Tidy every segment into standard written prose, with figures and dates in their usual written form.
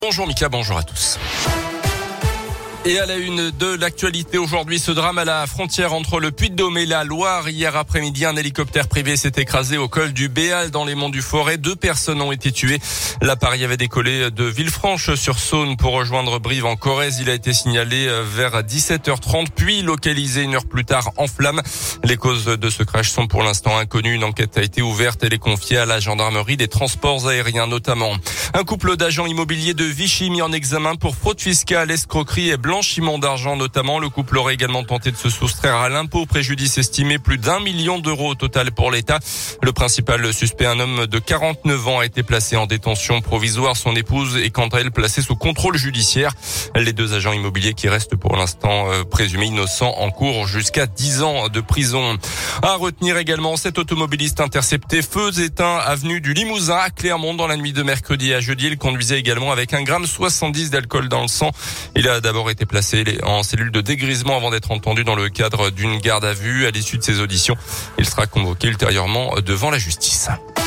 Bonjour Mika, bonjour à tous. Et à la une de l'actualité aujourd'hui, ce drame à la frontière entre le Puy-de-Dôme et la Loire. Hier après-midi, un hélicoptère privé s'est écrasé au col du Béal dans les monts du Forêt. 2 personnes ont été tuées. L'appareil avait décollé de Villefranche-sur-Saône pour rejoindre Brive en Corrèze. Il a été signalé vers 17h30 puis localisé 1 heure plus tard en flammes. Les causes de ce crash sont pour l'instant inconnues. Une enquête a été ouverte. Elle est confiée à la gendarmerie des transports aériens notamment. Un couple d'agents immobiliers de Vichy mis en examen pour fraude fiscale, escroquerie et blanchiment d'argent notamment. Le couple aurait également tenté de se soustraire à l'impôt, préjudice estimé plus d'1 million d'euros au total pour l'État. Le principal suspect, un homme de 49 ans, a été placé en détention provisoire. Son épouse est quant à elle placée sous contrôle judiciaire. Les 2 agents immobiliers qui restent pour l'instant présumés innocents encourent jusqu'à 10 ans de prison. À retenir également cet automobiliste intercepté feu éteint avenue du Limousin à Clermont dans la nuit de mercredi à jeudi. Il conduisait également avec 1,70 g d'alcool dans le sang. Il a d'abord été placé en cellule de dégrisement avant d'être entendu dans le cadre d'une garde à vue. À l'issue de ses auditions, il sera convoqué ultérieurement devant la justice.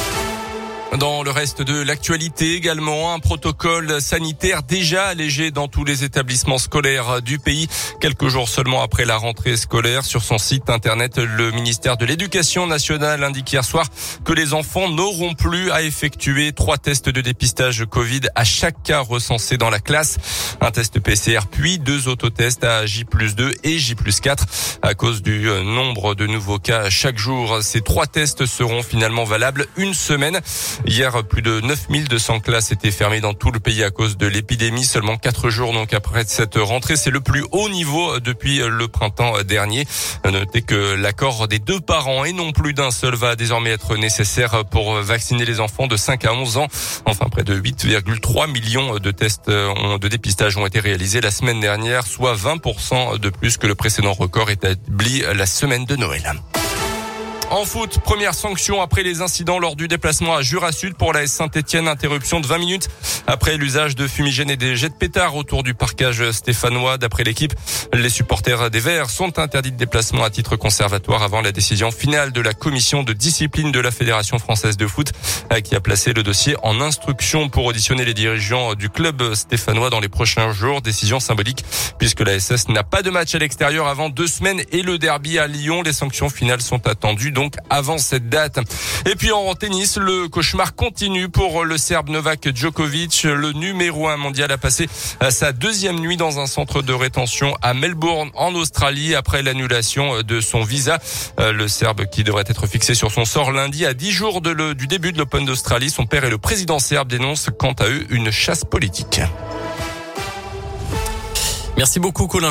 Dans le reste de l'actualité également, un protocole sanitaire déjà allégé dans tous les établissements scolaires du pays. Quelques jours seulement après la rentrée scolaire, sur son site internet, le ministère de l'Éducation nationale indique hier soir que les enfants n'auront plus à effectuer 3 tests de dépistage Covid à chaque cas recensé dans la classe. Un test PCR puis 2 autotests à J+2 et J+4. À cause du nombre de nouveaux cas chaque jour, ces 3 tests seront finalement valables une semaine. Hier, plus de 9200 classes étaient fermées dans tout le pays à cause de l'épidémie. Seulement 4 jours donc après cette rentrée. C'est le plus haut niveau depuis le printemps dernier. Notez que l'accord des 2 parents et non plus d'un seul va désormais être nécessaire pour vacciner les enfants de 5 à 11 ans. Enfin, près de 8,3 millions de tests de dépistage ont été réalisés la semaine dernière, soit 20% de plus que le précédent record établi la semaine de Noël. En foot, première sanction après les incidents lors du déplacement à Jura Sud pour l'AS Saint-Etienne. Interruption de 20 minutes après l'usage de fumigènes et des jets de pétards autour du parcage stéphanois. D'après l'équipe, les supporters des Verts sont interdits de déplacement à titre conservatoire avant la décision finale de la commission de discipline de la Fédération française de foot qui a placé le dossier en instruction pour auditionner les dirigeants du club stéphanois dans les prochains jours. Décision symbolique puisque la SS n'a pas de match à l'extérieur avant 2 semaines et le derby à Lyon. Les sanctions finales sont attendues donc avant cette date. Et puis en tennis, le cauchemar continue pour le Serbe Novak Djokovic. Le numéro 1 mondial a passé sa 2e nuit dans un centre de rétention à Melbourne en Australie après l'annulation de son visa. Le Serbe qui devrait être fixé sur son sort lundi à 10 jours du début de l'Open d'Australie. Son père et le président serbe dénoncent quant à eux une chasse politique. Merci beaucoup Colin.